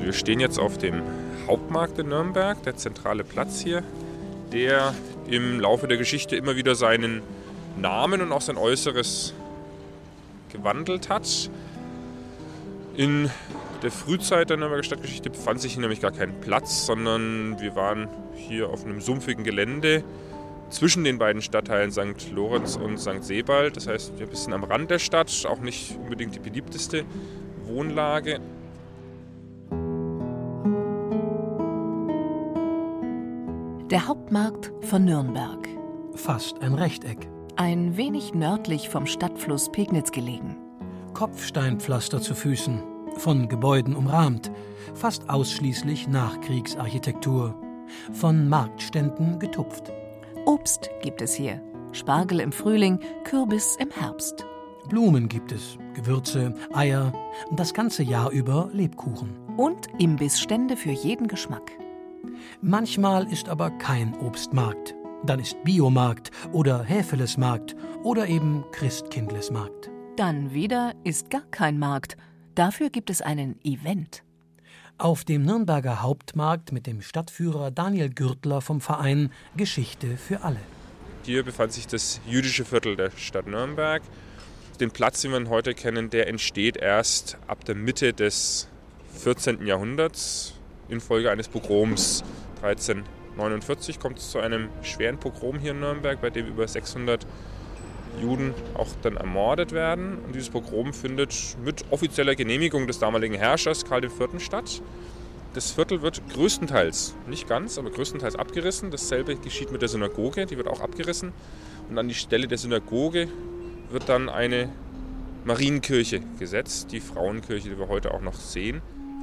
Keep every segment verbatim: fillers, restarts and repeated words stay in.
Wir stehen jetzt auf dem Hauptmarkt in Nürnberg, der zentrale Platz hier, der im Laufe der Geschichte immer wieder seinen Namen und auch sein Äußeres gewandelt hat. In der Frühzeit der Nürnberger Stadtgeschichte befand sich hier nämlich gar kein Platz, sondern wir waren hier auf einem sumpfigen Gelände zwischen den beiden Stadtteilen Sankt Lorenz und Sankt Sebald. Das heißt, wir sind ein bisschen am Rand der Stadt, auch nicht unbedingt die beliebteste Wohnlage. Der Hauptmarkt von Nürnberg. Fast ein Rechteck. Ein wenig nördlich vom Stadtfluss Pegnitz gelegen. Kopfsteinpflaster zu Füßen, von Gebäuden umrahmt, fast ausschließlich Nachkriegsarchitektur, von Marktständen getupft. Obst gibt es hier, Spargel im Frühling, Kürbis im Herbst. Blumen gibt es, Gewürze, Eier, das ganze Jahr über Lebkuchen. Und Imbissstände für jeden Geschmack. Manchmal ist aber kein Obstmarkt. Dann ist Biomarkt oder Häfelesmarkt oder eben Christkindlesmarkt. Dann wieder ist gar kein Markt. Dafür gibt es einen Event. Auf dem Nürnberger Hauptmarkt mit dem Stadtführer Daniel Gürtler vom Verein Geschichte für alle. Hier befand sich das jüdische Viertel der Stadt Nürnberg. Den Platz, den wir heute kennen, der entsteht erst ab der Mitte des vierzehnten Jahrhunderts infolge eines Pogroms. dreizehnhundertneunundvierzig kommt es zu einem schweren Pogrom hier in Nürnberg, bei dem über sechshundert Juden auch dann ermordet werden. Und dieses Pogrom findet mit offizieller Genehmigung des damaligen Herrschers Karl der Vierte statt. Das Viertel wird größtenteils, nicht ganz, aber größtenteils abgerissen. Dasselbe geschieht mit der Synagoge, die wird auch abgerissen. Und an die Stelle der Synagoge wird dann eine Marienkirche gesetzt, die Frauenkirche, die wir heute auch noch sehen.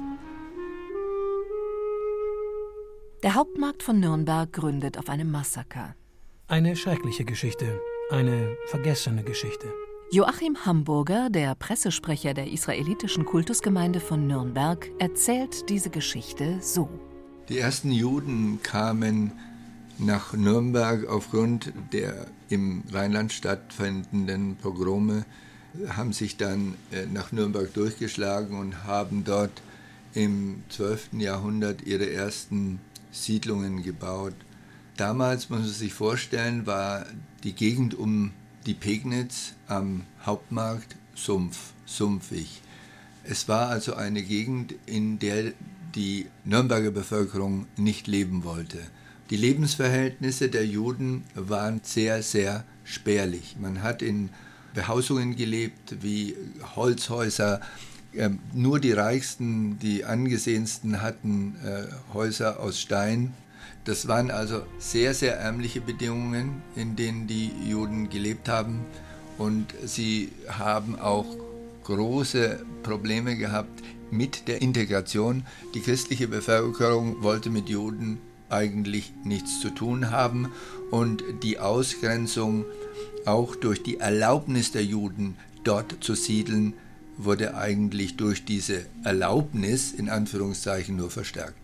Der Hauptmarkt von Nürnberg gründet auf einem Massaker. Eine schreckliche Geschichte, eine vergessene Geschichte. Joachim Hamburger, der Pressesprecher der israelitischen Kultusgemeinde von Nürnberg, erzählt diese Geschichte so. Die ersten Juden kamen nach Nürnberg aufgrund der im Rheinland stattfindenden Pogrome, haben sich dann nach Nürnberg durchgeschlagen und haben dort im zwölften Jahrhundert ihre ersten Siedlungen gebaut. Damals, muss man sich vorstellen, war die Gegend um die Pegnitz am Hauptmarkt Sumpf, sumpfig. Es war also eine Gegend, in der die Nürnberger Bevölkerung nicht leben wollte. Die Lebensverhältnisse der Juden waren sehr, sehr spärlich. Man hat in Behausungen gelebt wie Holzhäuser. Ähm, nur die Reichsten, die angesehensten hatten äh, Häuser aus Stein. Das waren also sehr, sehr ärmliche Bedingungen, in denen die Juden gelebt haben. Und sie haben auch große Probleme gehabt mit der Integration. Die christliche Bevölkerung wollte mit Juden eigentlich nichts zu tun haben. Und die Ausgrenzung, auch durch die Erlaubnis der Juden, dort zu siedeln, wurde eigentlich durch diese Erlaubnis, in Anführungszeichen, nur verstärkt.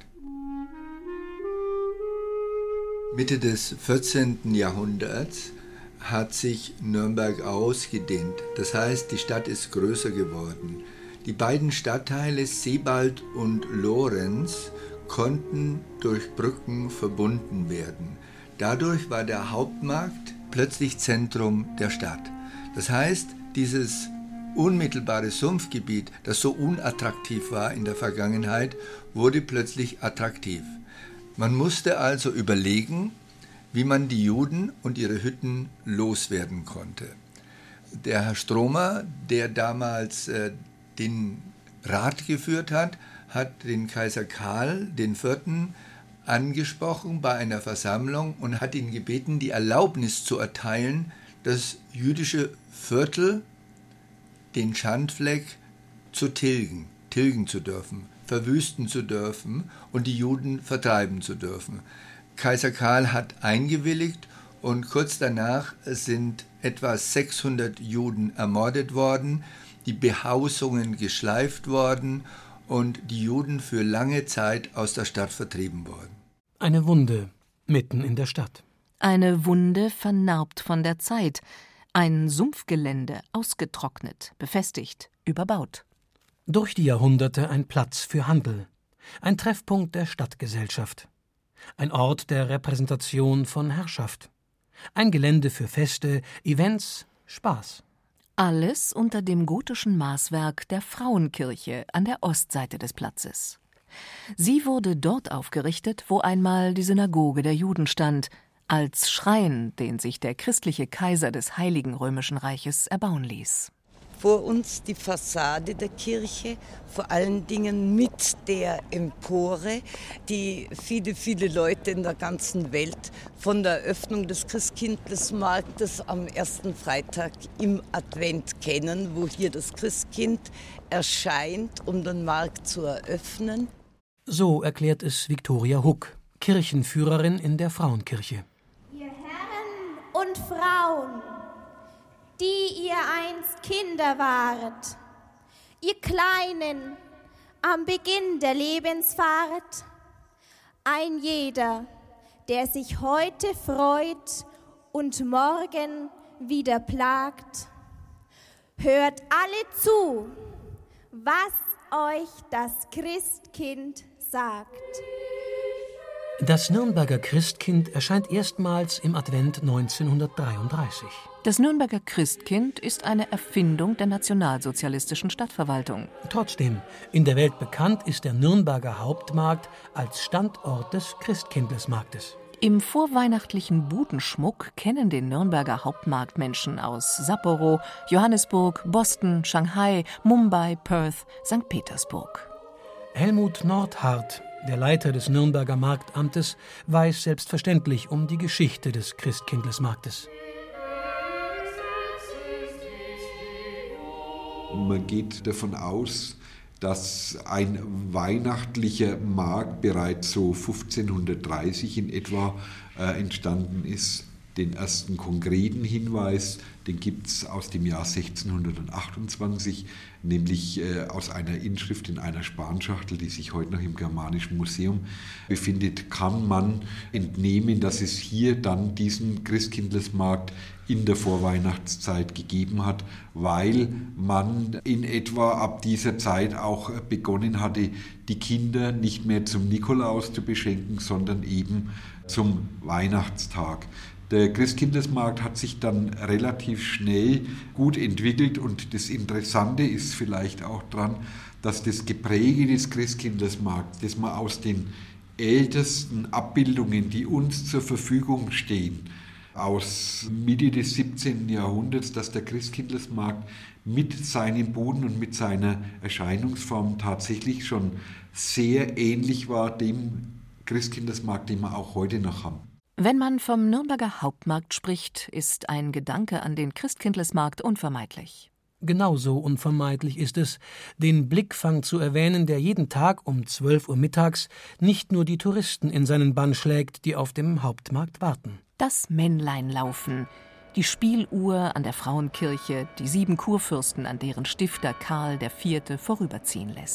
Mitte des vierzehnten Jahrhunderts hat sich Nürnberg ausgedehnt. Das heißt, die Stadt ist größer geworden. Die beiden Stadtteile Sebald und Lorenz konnten durch Brücken verbunden werden. Dadurch war der Hauptmarkt plötzlich Zentrum der Stadt. Das heißt, dieses unmittelbare Sumpfgebiet, das so unattraktiv war in der Vergangenheit, wurde plötzlich attraktiv. Man musste also überlegen, wie man die Juden und ihre Hütten loswerden konnte. Der Herr Stromer, der damals äh, den Rat geführt hat, hat den Kaiser Karl den Vierten angesprochen bei einer Versammlung und hat ihn gebeten, die Erlaubnis zu erteilen, das jüdische Viertel, den Schandfleck, zu tilgen, tilgen zu dürfen, verwüsten zu dürfen und die Juden vertreiben zu dürfen. Kaiser Karl hat eingewilligt und kurz danach sind etwa sechshundert Juden ermordet worden, die Behausungen geschleift worden und die Juden für lange Zeit aus der Stadt vertrieben worden. Eine Wunde mitten in der Stadt. Eine Wunde vernarbt von der Zeit. Ein Sumpfgelände ausgetrocknet, befestigt, überbaut. Durch die Jahrhunderte ein Platz für Handel. Ein Treffpunkt der Stadtgesellschaft. Ein Ort der Repräsentation von Herrschaft. Ein Gelände für Feste, Events, Spaß. Alles unter dem gotischen Maßwerk der Frauenkirche an der Ostseite des Platzes. Sie wurde dort aufgerichtet, wo einmal die Synagoge der Juden stand, als Schrein, den sich der christliche Kaiser des Heiligen Römischen Reiches erbauen ließ. Vor uns die Fassade der Kirche, vor allen Dingen mit der Empore, die viele, viele Leute in der ganzen Welt von der Eröffnung des Christkindlesmarktes am ersten Freitag im Advent kennen, wo hier das Christkind erscheint, um den Markt zu eröffnen. So erklärt es Viktoria Huck, Kirchenführerin in der Frauenkirche. Ihr Herren und Frauen, die ihr einst Kinder waret, ihr Kleinen am Beginn der Lebensfahrt, ein jeder, der sich heute freut und morgen wieder plagt, hört alle zu, was euch das Christkind sagt. Das Nürnberger Christkind erscheint erstmals im Advent neunzehnhundertdreiunddreißig. Das Nürnberger Christkind ist eine Erfindung der nationalsozialistischen Stadtverwaltung. Trotzdem, in der Welt bekannt ist der Nürnberger Hauptmarkt als Standort des Christkindlesmarktes. Im vorweihnachtlichen Budenschmuck kennen den Nürnberger Hauptmarktmenschen aus Sapporo, Johannesburg, Boston, Shanghai, Mumbai, Perth, Sankt Petersburg. Helmut Nordhardt, der Leiter des Nürnberger Marktamtes, weiß selbstverständlich um die Geschichte des Christkindlesmarktes. Man geht davon aus, dass ein weihnachtlicher Markt bereits so fünfzehnhundertdreißig in etwa äh, entstanden ist. Den ersten konkreten Hinweis, den gibt es aus dem Jahr sechzehnhundertachtundzwanzig, nämlich äh, aus einer Inschrift in einer Spanschachtel, die sich heute noch im Germanischen Museum befindet, kann man entnehmen, dass es hier dann diesen Christkindlesmarkt in der Vorweihnachtszeit gegeben hat, weil man in etwa ab dieser Zeit auch begonnen hatte, die Kinder nicht mehr zum Nikolaus zu beschenken, sondern eben zum Weihnachtstag. Der Christkindlesmarkt hat sich dann relativ schnell gut entwickelt und das Interessante ist vielleicht auch dran, dass das Gepräge des Christkindlesmarkts, das man aus den ältesten Abbildungen, die uns zur Verfügung stehen, aus Mitte des siebzehnten Jahrhunderts, dass der Christkindlesmarkt mit seinem Boden und mit seiner Erscheinungsform tatsächlich schon sehr ähnlich war dem Christkindlesmarkt, den wir auch heute noch haben. Wenn man vom Nürnberger Hauptmarkt spricht, ist ein Gedanke an den Christkindlesmarkt unvermeidlich. Genauso unvermeidlich ist es, den Blickfang zu erwähnen, der jeden Tag um zwölf Uhr mittags nicht nur die Touristen in seinen Bann schlägt, die auf dem Hauptmarkt warten. Das Männleinlaufen, die Spieluhr an der Frauenkirche, die sieben Kurfürsten, an deren Stifter Karl der Vierte vorüberziehen lässt.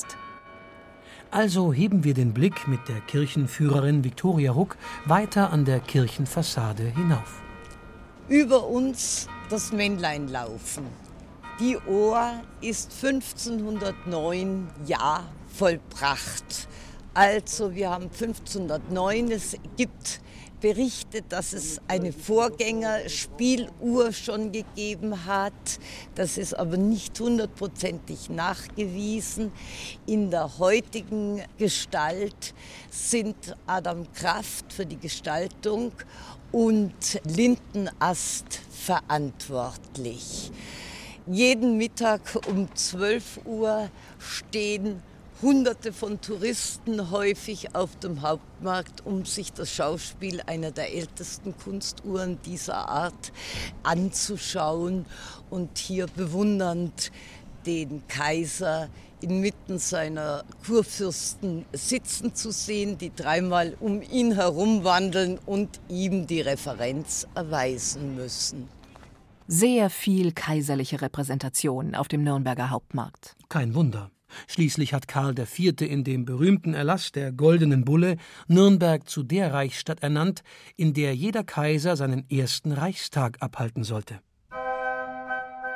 Also heben wir den Blick mit der Kirchenführerin Viktoria Huck weiter an der Kirchenfassade hinauf. Über uns das Männleinlaufen. Die Ohr ist fünfzehnhundertneun ja vollbracht. Also wir haben fünfzehnhundertneun, es gibt berichtet, dass es eine Vorgängerspieluhr schon gegeben hat. Das ist aber nicht hundertprozentig nachgewiesen. In der heutigen Gestalt sind Adam Kraft für die Gestaltung und Lindenast verantwortlich. Jeden Mittag um zwölf Uhr stehen Hunderte von Touristen häufig auf dem Hauptmarkt, um sich das Schauspiel einer der ältesten Kunstuhren dieser Art anzuschauen und hier bewundernd den Kaiser inmitten seiner Kurfürsten sitzen zu sehen, die dreimal um ihn herum wandeln und ihm die Reverenz erweisen müssen. Sehr viel kaiserliche Repräsentation auf dem Nürnberger Hauptmarkt. Kein Wunder. Schließlich hat Karl der Vierte in dem berühmten Erlass der Goldenen Bulle Nürnberg zu der Reichsstadt ernannt, in der jeder Kaiser seinen ersten Reichstag abhalten sollte.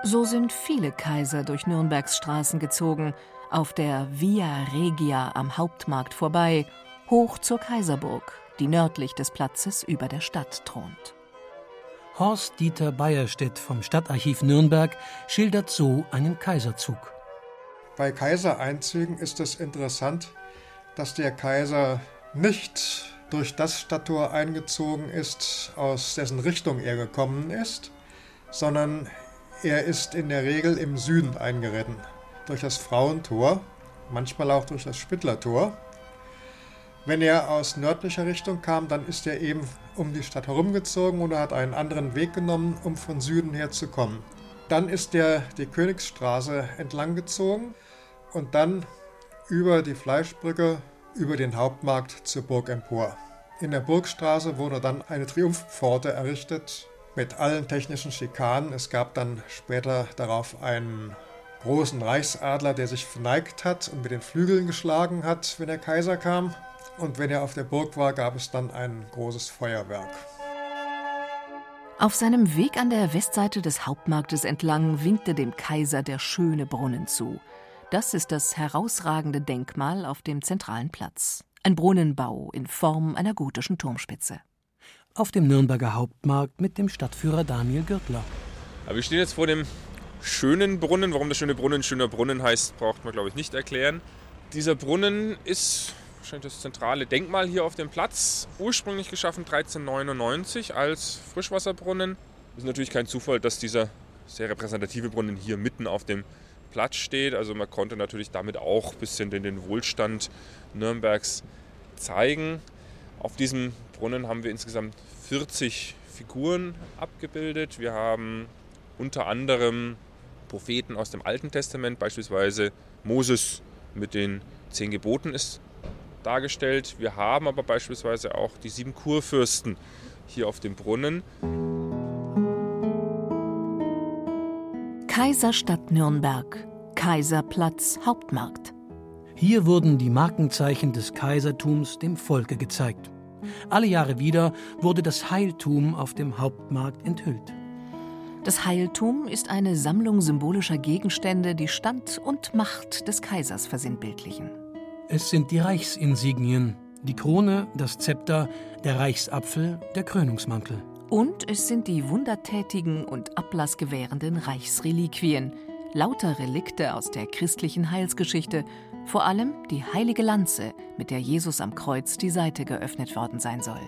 So sind viele Kaiser durch Nürnbergs Straßen gezogen, auf der Via Regia am Hauptmarkt vorbei, hoch zur Kaiserburg, die nördlich des Platzes über der Stadt thront. Horst Dieter Beierstedt vom Stadtarchiv Nürnberg schildert so einen Kaiserzug. Bei Kaisereinzügen ist es interessant, dass der Kaiser nicht durch das Stadttor eingezogen ist, aus dessen Richtung er gekommen ist, sondern er ist in der Regel im Süden eingeritten, durch das Frauentor, manchmal auch durch das Spittlertor. Wenn er aus nördlicher Richtung kam, dann ist er eben um die Stadt herumgezogen oder hat einen anderen Weg genommen, um von Süden her zu kommen. Dann ist er die Königsstraße entlang gezogen und dann über die Fleischbrücke, über den Hauptmarkt zur Burg empor. In der Burgstraße wurde dann eine Triumphpforte errichtet mit allen technischen Schikanen. Es gab dann später darauf einen großen Reichsadler, der sich verneigt hat und mit den Flügeln geschlagen hat, wenn der Kaiser kam. Und wenn er auf der Burg war, gab es dann ein großes Feuerwerk. Auf seinem Weg an der Westseite des Hauptmarktes entlang winkte dem Kaiser der schöne Brunnen zu. Das ist das herausragende Denkmal auf dem zentralen Platz. Ein Brunnenbau in Form einer gotischen Turmspitze. Auf dem Nürnberger Hauptmarkt mit dem Stadtführer Daniel Gürtler. Aber wir stehen jetzt vor dem schönen Brunnen. Warum der schöne Brunnen schöner Brunnen heißt, braucht man, glaube ich, nicht erklären. Dieser Brunnen ist wahrscheinlich das zentrale Denkmal hier auf dem Platz. Ursprünglich geschaffen dreizehnhundertneunundneunzig als Frischwasserbrunnen. Es ist natürlich kein Zufall, dass dieser sehr repräsentative Brunnen hier mitten auf dem Platz steht. Also man konnte natürlich damit auch ein bisschen den, den Wohlstand Nürnbergs zeigen. Auf diesem Brunnen haben wir insgesamt vierzig Figuren abgebildet. Wir haben unter anderem Propheten aus dem Alten Testament, beispielsweise Moses mit den zehn Geboten ist dargestellt. Wir haben aber beispielsweise auch die sieben Kurfürsten hier auf dem Brunnen. Kaiserstadt Nürnberg, Kaiserplatz, Hauptmarkt. Hier wurden die Markenzeichen des Kaisertums dem Volke gezeigt. Alle Jahre wieder wurde das Heiltum auf dem Hauptmarkt enthüllt. Das Heiltum ist eine Sammlung symbolischer Gegenstände, die Stand und Macht des Kaisers versinnbildlichen. Es sind die Reichsinsignien, die Krone, das Zepter, der Reichsapfel, der Krönungsmantel. Und es sind die wundertätigen und ablassgewährenden Reichsreliquien, lauter Relikte aus der christlichen Heilsgeschichte, vor allem die heilige Lanze, mit der Jesus am Kreuz die Seite geöffnet worden sein soll.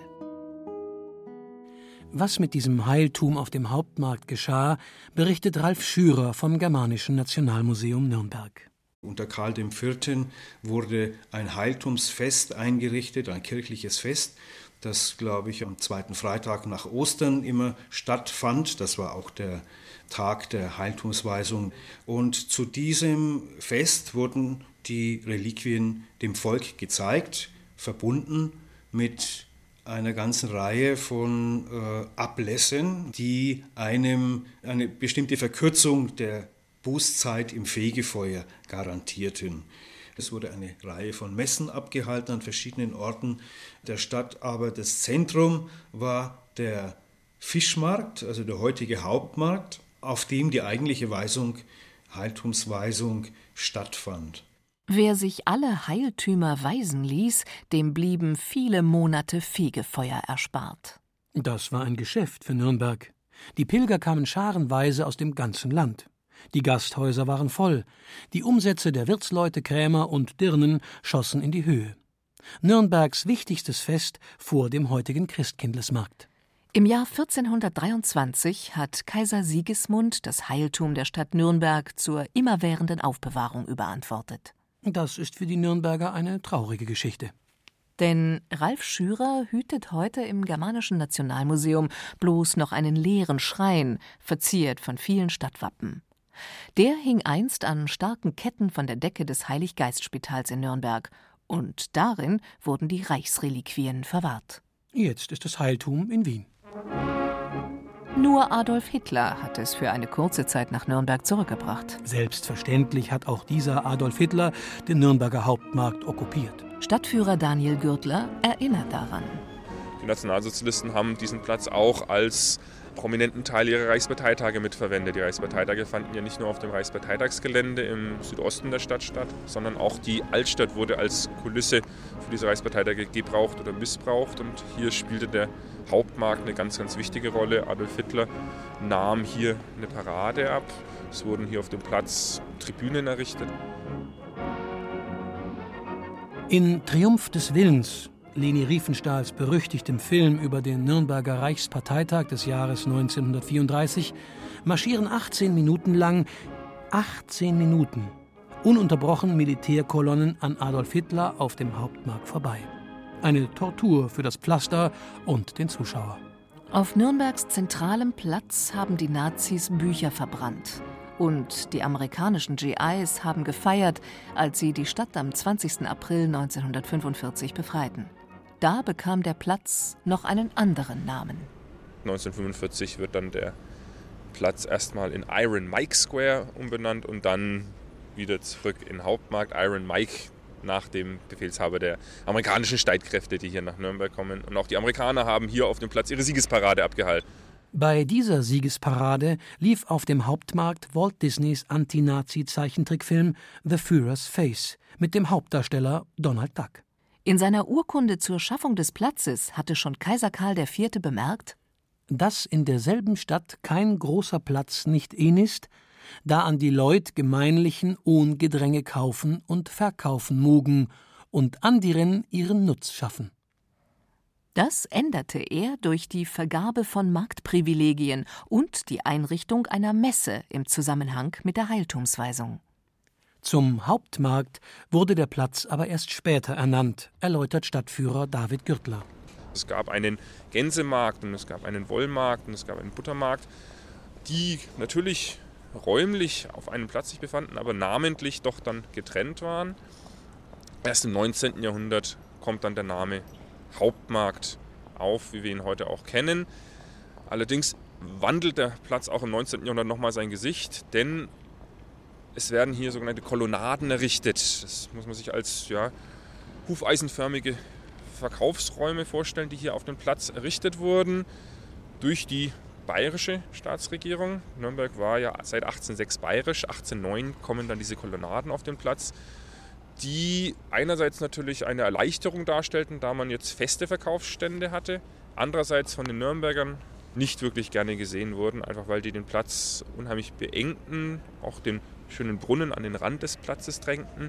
Was mit diesem Heiltum auf dem Hauptmarkt geschah, berichtet Ralf Schürer vom Germanischen Nationalmuseum Nürnberg. Unter Karl der Vierte wurde ein Heiltumsfest eingerichtet, ein kirchliches Fest, das, glaube ich, am zweiten Freitag nach Ostern immer stattfand. Das war auch der Tag der Heiltumsweisung. Und zu diesem Fest wurden die Reliquien dem Volk gezeigt, verbunden mit einer ganzen Reihe von äh, Ablässen, die einem eine bestimmte Verkürzung der Bußzeit im Fegefeuer garantierten. Es wurde eine Reihe von Messen abgehalten an verschiedenen Orten der Stadt, aber das Zentrum war der Fischmarkt, also der heutige Hauptmarkt, auf dem die eigentliche Weisung, Heiltumsweisung stattfand. Wer sich alle Heiltümer weisen ließ, dem blieben viele Monate Fegefeuer erspart. Das war ein Geschäft für Nürnberg. Die Pilger kamen scharenweise aus dem ganzen Land. Die Gasthäuser waren voll. Die Umsätze der Wirtsleute, Krämer und Dirnen schossen in die Höhe. Nürnbergs wichtigstes Fest vor dem heutigen Christkindlesmarkt. Im Jahr vierzehnhundertdreiundzwanzig hat Kaiser Sigismund das Heiltum der Stadt Nürnberg zur immerwährenden Aufbewahrung überantwortet. Das ist für die Nürnberger eine traurige Geschichte. Denn Ralf Schürer hütet heute im Germanischen Nationalmuseum bloß noch einen leeren Schrein, verziert von vielen Stadtwappen. Der hing einst an starken Ketten von der Decke des Heilig-Geist-Spitals in Nürnberg, und darin wurden die Reichsreliquien verwahrt. Jetzt ist das Heiltum in Wien. Nur Adolf Hitler hat es für eine kurze Zeit nach Nürnberg zurückgebracht. Selbstverständlich hat auch dieser Adolf Hitler den Nürnberger Hauptmarkt okkupiert. Stadtführer Daniel Gürtler erinnert daran. Die Nationalsozialisten haben diesen Platz auch als prominenten Teil ihrer Reichsparteitage mitverwendet. Die Reichsparteitage fanden ja nicht nur auf dem Reichsparteitagsgelände im Südosten der Stadt statt, sondern auch die Altstadt wurde als Kulisse für diese Reichsparteitage gebraucht oder missbraucht. Und hier spielte der Hauptmarkt eine ganz, ganz wichtige Rolle. Adolf Hitler nahm hier eine Parade ab. Es wurden hier auf dem Platz Tribünen errichtet. In Triumph des Willens, Leni Riefenstahls berüchtigtem Film über den Nürnberger Reichsparteitag des Jahres neunzehnhundertvierunddreißig, marschieren achtzehn Minuten lang, achtzehn Minuten, ununterbrochen Militärkolonnen an Adolf Hitler auf dem Hauptmarkt vorbei. Eine Tortur für das Pflaster und den Zuschauer. Auf Nürnbergs zentralem Platz haben die Nazis Bücher verbrannt. Und die amerikanischen G Is haben gefeiert, als sie die Stadt am zwanzigsten April neunzehnhundertfünfundvierzig befreiten. Da bekam der Platz noch einen anderen Namen. neunzehnhundertfünfundvierzig wird dann der Platz erstmal in Iron Mike Square umbenannt und dann wieder zurück in Hauptmarkt Iron Mike nach dem Befehlshaber der amerikanischen Streitkräfte, die hier nach Nürnberg kommen. Und auch die Amerikaner haben hier auf dem Platz ihre Siegesparade abgehalten. Bei dieser Siegesparade lief auf dem Hauptmarkt Walt Disneys Anti-Nazi-Zeichentrickfilm The Führer's Face mit dem Hauptdarsteller Donald Duck. In seiner Urkunde zur Schaffung des Platzes hatte schon Kaiser Karl der Vierte bemerkt, dass in derselben Stadt kein großer Platz nicht ehn ist, da an die Leut gemeinlichen ohn Gedränge kaufen und verkaufen mogen und andieren ihren Nutz schaffen. Das änderte er durch die Vergabe von Marktprivilegien und die Einrichtung einer Messe im Zusammenhang mit der Heiligtumsweisung. Zum Hauptmarkt wurde der Platz aber erst später ernannt, erläutert Stadtführer David Gürtler. Es gab einen Gänsemarkt und es gab einen Wollmarkt und es gab einen Buttermarkt, die natürlich räumlich auf einem Platz sich befanden, aber namentlich doch dann getrennt waren. Erst im neunzehnten Jahrhundert kommt dann der Name Hauptmarkt auf, wie wir ihn heute auch kennen. Allerdings wandelt der Platz auch im neunzehnten Jahrhundert nochmal sein Gesicht, denn es werden hier sogenannte Kolonnaden errichtet. Das muss man sich als ja, hufeisenförmige Verkaufsräume vorstellen, die hier auf dem Platz errichtet wurden durch die bayerische Staatsregierung. Nürnberg war ja seit achtzehnhundertsechs bayerisch, achtzehnhundertneun kommen dann diese Kolonnaden auf den Platz, die einerseits natürlich eine Erleichterung darstellten, da man jetzt feste Verkaufsstände hatte, andererseits von den Nürnbergern nicht wirklich gerne gesehen wurden, einfach weil die den Platz unheimlich beengten, auch den schönen Brunnen an den Rand des Platzes drängten.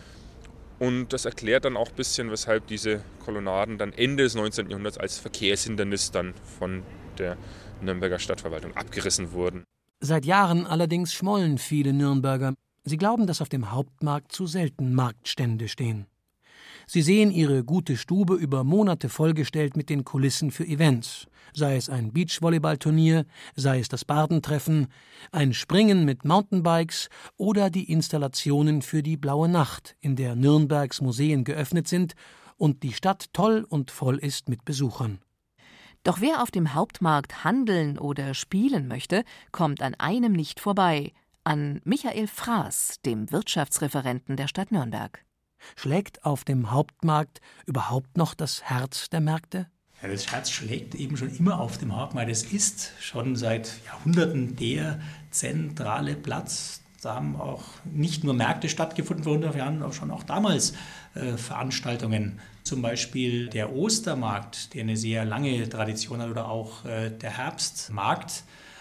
Und das erklärt dann auch ein bisschen, weshalb diese Kolonnaden dann Ende des neunzehnten Jahrhunderts als Verkehrshindernis dann von der Nürnberger Stadtverwaltung abgerissen wurden. Seit Jahren allerdings schmollen viele Nürnberger. Sie glauben, dass auf dem Hauptmarkt zu selten Marktstände stehen. Sie sehen ihre gute Stube über Monate vollgestellt mit den Kulissen für Events, sei es ein Beachvolleyballturnier, sei es das Bardentreffen, ein Springen mit Mountainbikes oder die Installationen für die Blaue Nacht, in der Nürnbergs Museen geöffnet sind und die Stadt toll und voll ist mit Besuchern. Doch wer auf dem Hauptmarkt handeln oder spielen möchte, kommt an einem nicht vorbei, an Michael Fraß, dem Wirtschaftsreferenten der Stadt Nürnberg. Schlägt auf dem Hauptmarkt überhaupt noch das Herz der Märkte? Ja, das Herz schlägt eben schon immer auf dem Hauptmarkt. Es ist schon seit Jahrhunderten der zentrale Platz. Da haben auch nicht nur Märkte stattgefunden vor hundert Jahren, aber schon auch damals äh, Veranstaltungen. Zum Beispiel der Ostermarkt, der eine sehr lange Tradition hat, oder auch äh, der Herbstmarkt.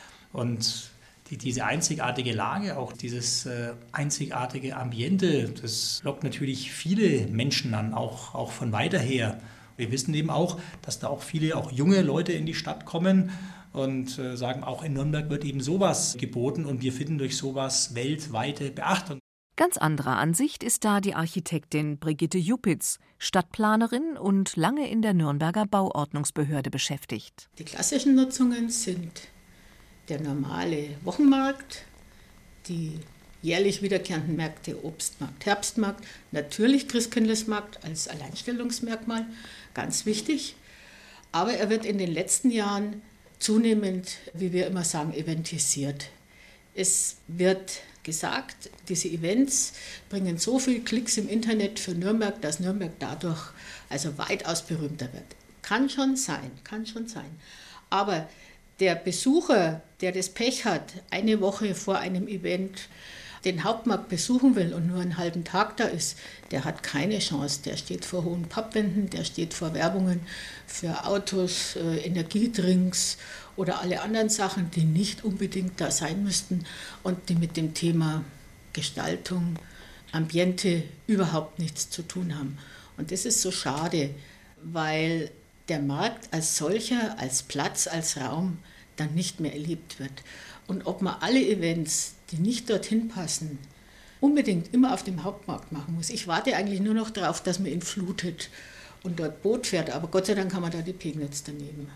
Und die, diese einzigartige Lage, auch dieses äh, einzigartige Ambiente, das lockt natürlich viele Menschen an, auch, auch von weiter her. Wir wissen eben auch, dass da auch viele, auch junge Leute in die Stadt kommen und äh, sagen, auch in Nürnberg wird eben sowas geboten und wir finden durch sowas weltweite Beachtung. Ganz anderer Ansicht ist da die Architektin Brigitte Juppitz, Stadtplanerin und lange in der Nürnberger Bauordnungsbehörde beschäftigt. Die klassischen Nutzungen sind der normale Wochenmarkt, die jährlich wiederkehrenden Märkte Obstmarkt, Herbstmarkt, natürlich Christkindlesmarkt als Alleinstellungsmerkmal, ganz wichtig. Aber er wird in den letzten Jahren zunehmend, wie wir immer sagen, eventisiert. Es wird gesagt, diese Events bringen so viel Klicks im Internet für Nürnberg, dass Nürnberg dadurch also weitaus berühmter wird. Kann schon sein, kann schon sein. Aber Der Besucher, der das Pech hat, eine Woche vor einem Event den Hauptmarkt besuchen will und nur einen halben Tag da ist, der hat keine Chance. Der steht vor hohen Pappwänden, der steht vor Werbungen für Autos, äh, Energiedrinks oder alle anderen Sachen, die nicht unbedingt da sein müssten und die mit dem Thema Gestaltung, Ambiente überhaupt nichts zu tun haben. Und das ist so schade, weil der Markt als solcher, als Platz, als Raum dann nicht mehr erlebt wird. Und ob man alle Events, die nicht dorthin passen, unbedingt immer auf dem Hauptmarkt machen muss. Ich warte eigentlich nur noch darauf, dass man ihn flutet und dort Boot fährt, aber Gott sei Dank kann man da die Pegnitz daneben.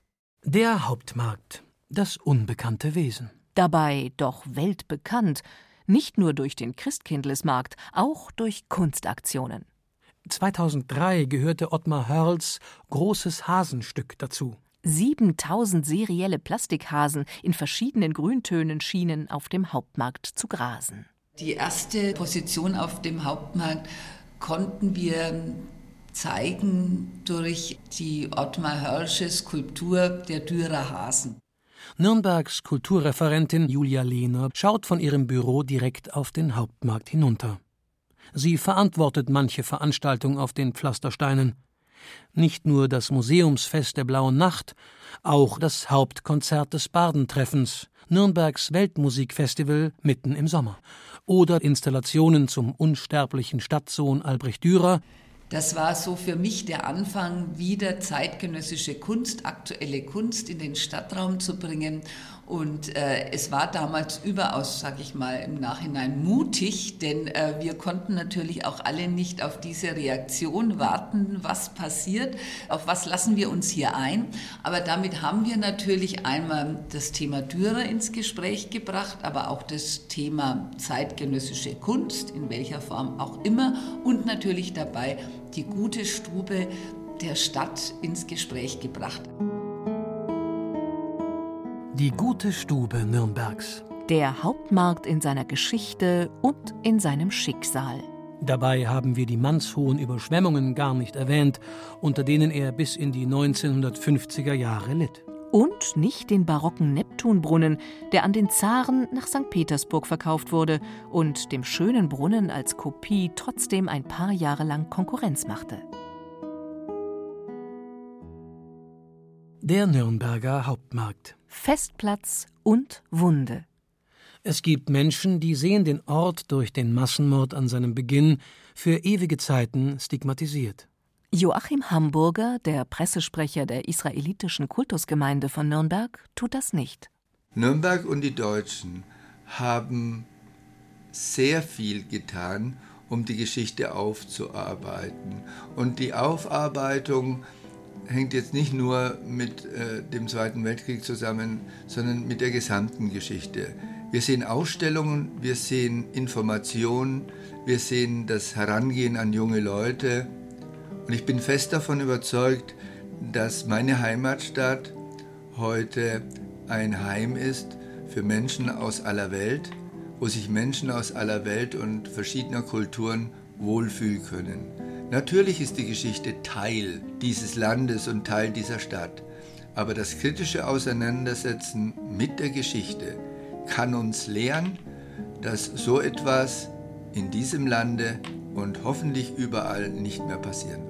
Der Hauptmarkt, das unbekannte Wesen. Dabei doch weltbekannt, nicht nur durch den Christkindlesmarkt, auch durch Kunstaktionen. zweitausenddrei gehörte Ottmar Hörls großes Hasenstück dazu. siebentausend serielle Plastikhasen in verschiedenen Grüntönen schienen auf dem Hauptmarkt zu grasen. Die erste Position auf dem Hauptmarkt konnten wir zeigen durch die Ottmar Hörlsche Skulptur der Dürerhasen. Nürnbergs Kulturreferentin Julia Lehner schaut von ihrem Büro direkt auf den Hauptmarkt hinunter. Sie verantwortet manche Veranstaltung auf den Pflastersteinen. Nicht nur das Museumsfest der Blauen Nacht, auch das Hauptkonzert des Bardentreffens, Nürnbergs Weltmusikfestival mitten im Sommer. Oder Installationen zum unsterblichen Stadtsohn Albrecht Dürer. Das war so für mich der Anfang, wieder zeitgenössische Kunst, aktuelle Kunst in den Stadtraum zu bringen. Und äh, es war damals überaus, sag ich mal, im Nachhinein mutig, denn äh, wir konnten natürlich auch alle nicht auf diese Reaktion warten, was passiert, auf was lassen wir uns hier ein. Aber damit haben wir natürlich einmal das Thema Dürer ins Gespräch gebracht, aber auch das Thema zeitgenössische Kunst, in welcher Form auch immer, und natürlich dabei die gute Stube der Stadt ins Gespräch gebracht. Die gute Stube Nürnbergs. Der Hauptmarkt in seiner Geschichte und in seinem Schicksal. Dabei haben wir die mannshohen Überschwemmungen gar nicht erwähnt, unter denen er bis in die neunzehnhundertfünfziger Jahre litt. Und nicht den barocken Neptunbrunnen, der an den Zaren nach Sankt Petersburg verkauft wurde und dem schönen Brunnen als Kopie trotzdem ein paar Jahre lang Konkurrenz machte. Der Nürnberger Hauptmarkt. Festplatz und Wunde. Es gibt Menschen, die sehen den Ort durch den Massenmord an seinem Beginn für ewige Zeiten stigmatisiert. Joachim Hamburger, der Pressesprecher der israelitischen Kultusgemeinde von Nürnberg, tut das nicht. Nürnberg und die Deutschen haben sehr viel getan, um die Geschichte aufzuarbeiten. Und die Aufarbeitung hängt jetzt nicht nur mit äh, dem Zweiten Weltkrieg zusammen, sondern mit der gesamten Geschichte. Wir sehen Ausstellungen, wir sehen Informationen, wir sehen das Herangehen an junge Leute. Und ich bin fest davon überzeugt, dass meine Heimatstadt heute ein Heim ist für Menschen aus aller Welt, wo sich Menschen aus aller Welt und verschiedener Kulturen wohlfühlen können. Natürlich ist die Geschichte Teil dieses Landes und Teil dieser Stadt, aber das kritische Auseinandersetzen mit der Geschichte kann uns lehren, dass so etwas in diesem Lande und hoffentlich überall nicht mehr passieren wird.